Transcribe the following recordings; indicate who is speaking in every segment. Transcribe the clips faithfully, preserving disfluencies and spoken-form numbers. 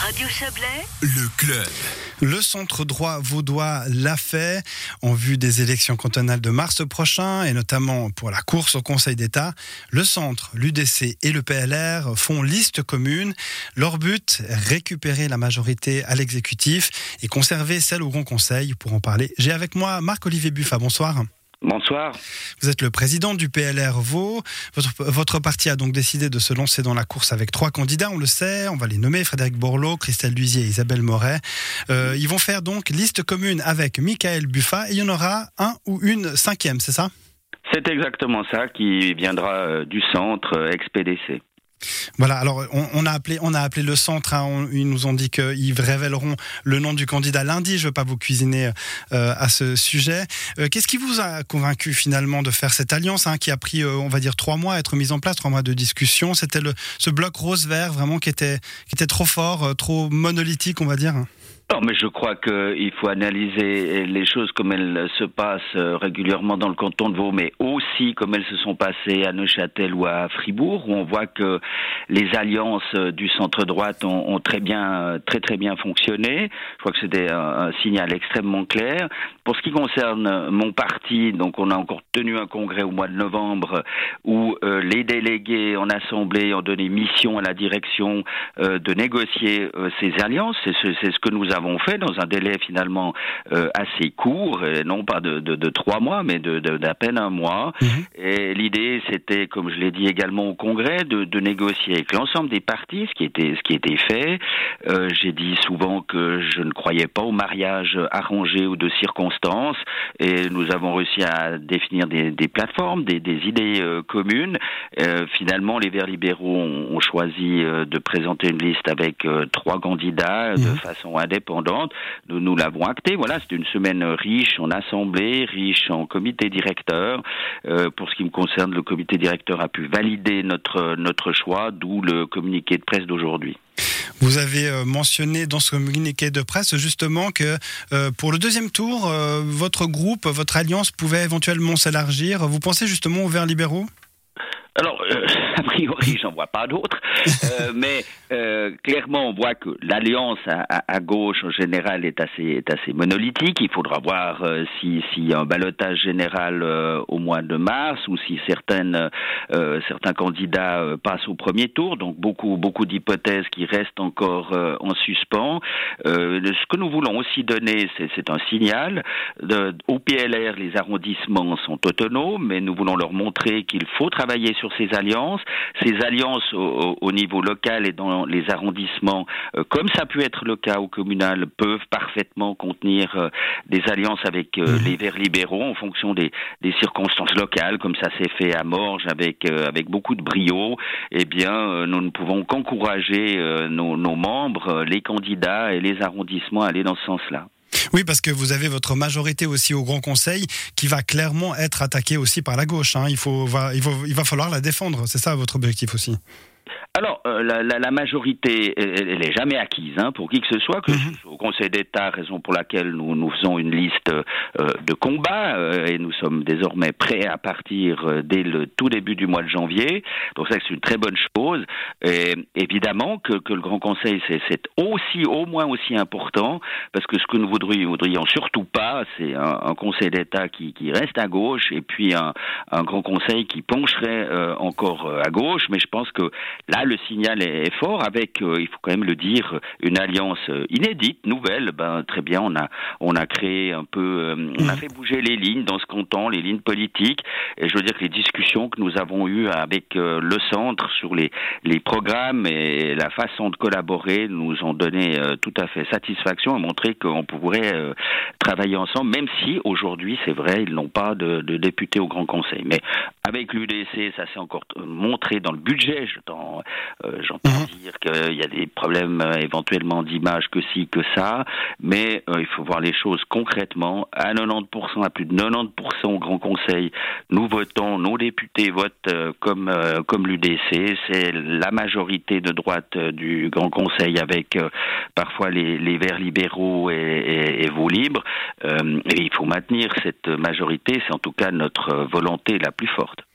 Speaker 1: Radio Chablais,
Speaker 2: le club.
Speaker 3: Le centre droit vaudois l'a fait en vue des élections cantonales de mars prochain et notamment pour la course au Conseil d'État. Le centre, l'U D C et le P L R font liste commune. Leur but, récupérer la majorité à l'exécutif et conserver celle au Grand Conseil. Pour en parler, j'ai avec moi Marc-Olivier Buffa. Bonsoir.
Speaker 4: Bonsoir.
Speaker 3: Vous êtes le président du P L R Vaud. Votre, votre parti a donc décidé de se lancer dans la course avec trois candidats, on le sait. On va les nommer, Frédéric Borloo, Christelle Luisier et Isabelle Moret. Euh, ils vont faire donc liste commune avec Michael Buffa et il y en aura un ou une cinquième, c'est ça ?
Speaker 4: C'est exactement ça qui viendra euh, du centre euh, ex-P D C.
Speaker 3: Voilà, alors on, on, a appelé, on a appelé le centre, hein, on, ils nous ont dit qu'ils révéleront le nom du candidat lundi, je ne veux pas vous cuisiner euh, à ce sujet. Euh, qu'est-ce qui vous a convaincu finalement de faire cette alliance hein, qui a pris, euh, on va dire, trois mois à être mise en place, trois mois de discussion? C'était le, ce bloc rose-vert vraiment qui était, qui était trop fort, euh, trop monolithique, on va dire.
Speaker 4: Non, mais je crois qu'il faut analyser les choses comme elles se passent régulièrement dans le canton de Vaud, mais aussi comme elles se sont passées à Neuchâtel ou à Fribourg, où on voit que les alliances du centre-droite ont, ont très bien, très très bien fonctionné. Je crois que c'était un, un signal extrêmement clair. Pour ce qui concerne mon parti, donc on a encore tenu un congrès au mois de novembre où euh, les délégués en assemblée ont donné mission à la direction euh, de négocier euh, ces alliances. C'est ce, c'est ce que nous avons avons fait dans un délai finalement euh, assez court, et non pas de, de, de trois mois, mais de, de, d'à peine un mois. Mmh. Et l'idée, c'était, comme je l'ai dit également au Congrès, de, de négocier avec l'ensemble des partis, ce qui était, ce qui était fait. Euh, j'ai dit souvent que je ne croyais pas au mariage arrangé ou de circonstances, et nous avons réussi à définir des, des plateformes, des, des idées euh, communes. Euh, finalement, les Verts libéraux ont, ont choisi euh, de présenter une liste avec euh, trois candidats mmh. de façon indépendante. Nous, nous l'avons acté. Voilà, c'est une semaine riche en assemblée, riche en comité directeur. Euh, pour ce qui me concerne, le comité directeur a pu valider notre notre choix, d'où le communiqué de presse d'aujourd'hui.
Speaker 3: Vous avez mentionné dans ce communiqué de presse justement que euh, pour le deuxième tour, euh, votre groupe, votre alliance pouvait éventuellement s'élargir. Vous pensez justement aux Verts libéraux ?
Speaker 4: Alors, euh, a priori, j'en vois pas d'autres, euh, mais euh, clairement, on voit que l'alliance à, à, à gauche, en général, est assez, est assez monolithique. Il faudra voir euh, si, si un ballottage général euh, au mois de mars ou si certaines, euh, certains candidats euh, passent au premier tour. Donc, beaucoup, beaucoup d'hypothèses qui restent encore euh, en suspens. Euh, ce que nous voulons aussi donner, c'est, c'est un signal. De, au P L R, les arrondissements sont autonomes, mais nous voulons leur montrer qu'il faut travailler sur ces alliances. Ces alliances au, au niveau local et dans les arrondissements, euh, comme ça a pu être le cas au communal, peuvent parfaitement contenir euh, des alliances avec euh, mmh. les Verts libéraux en fonction des, des circonstances locales, comme ça s'est fait à Morges avec, euh, avec beaucoup de brio. Eh bien, euh, nous ne pouvons qu'encourager euh, nos, nos membres, euh, les candidats et les arrondissements à aller dans ce sens-là.
Speaker 3: Oui, parce que vous avez votre majorité aussi au Grand Conseil qui va clairement être attaquée aussi par la gauche. Hein. Il, faut, va, il, faut, il va falloir la défendre. C'est ça votre objectif aussi?
Speaker 4: Alors, euh, la, la, la majorité, elle, elle est jamais acquise hein, pour qui que ce soit, que mmh. au Conseil d'État, raison pour laquelle nous, nous faisons une liste euh, de combat euh, et nous sommes désormais prêts à partir euh, dès le tout début du mois de janvier. Donc ça, c'est une très bonne chose. Et évidemment que, que le Grand Conseil, c'est, c'est aussi, au moins aussi important, parce que ce que nous voudrions, voudrions surtout pas, c'est un, un Conseil d'État qui, qui reste à gauche et puis un, un Grand Conseil qui pencherait euh, encore à gauche. Mais je pense que là, le signal est fort avec, euh, il faut quand même le dire, une alliance inédite, nouvelle. Ben très bien, on a on a créé un peu, euh, on a fait bouger les lignes dans ce canton, les lignes politiques. Et je veux dire que les discussions que nous avons eues avec euh, le centre sur les les programmes et la façon de collaborer nous ont donné euh, tout à fait satisfaction et montré qu'on pourrait euh, travailler ensemble, même si aujourd'hui, c'est vrai, ils n'ont pas de, de députés au Grand Conseil. Mais avec l'U D C, ça s'est encore montré dans le budget. Dans, Euh, j'entends mmh. dire qu'il y a des problèmes euh, éventuellement d'image que ci, que ça, mais euh, il faut voir les choses concrètement. À quatre-vingt-dix pour cent, à plus de quatre-vingt-dix pour cent au Grand Conseil, nous votons, nos députés votent euh, comme, euh, comme l'U D C. C'est la majorité de droite euh, du Grand Conseil avec euh, parfois les, les Verts libéraux et, et, et Vaud libres. Euh, et il faut maintenir cette majorité, c'est en tout cas notre volonté la plus forte.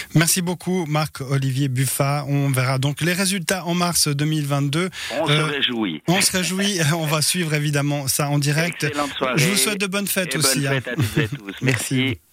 Speaker 3: Merci beaucoup Marc-Olivier Buffat. On verra donc les résultats en mars deux mille vingt-deux.
Speaker 4: On euh, se réjouit.
Speaker 3: On se réjouit, on va suivre évidemment ça en direct.
Speaker 4: Excellente soirée.
Speaker 3: Je vous souhaite de bonnes fêtes
Speaker 4: et
Speaker 3: aussi.
Speaker 4: Bonne fête
Speaker 3: hein.
Speaker 4: à toutes et tous. Merci. Merci.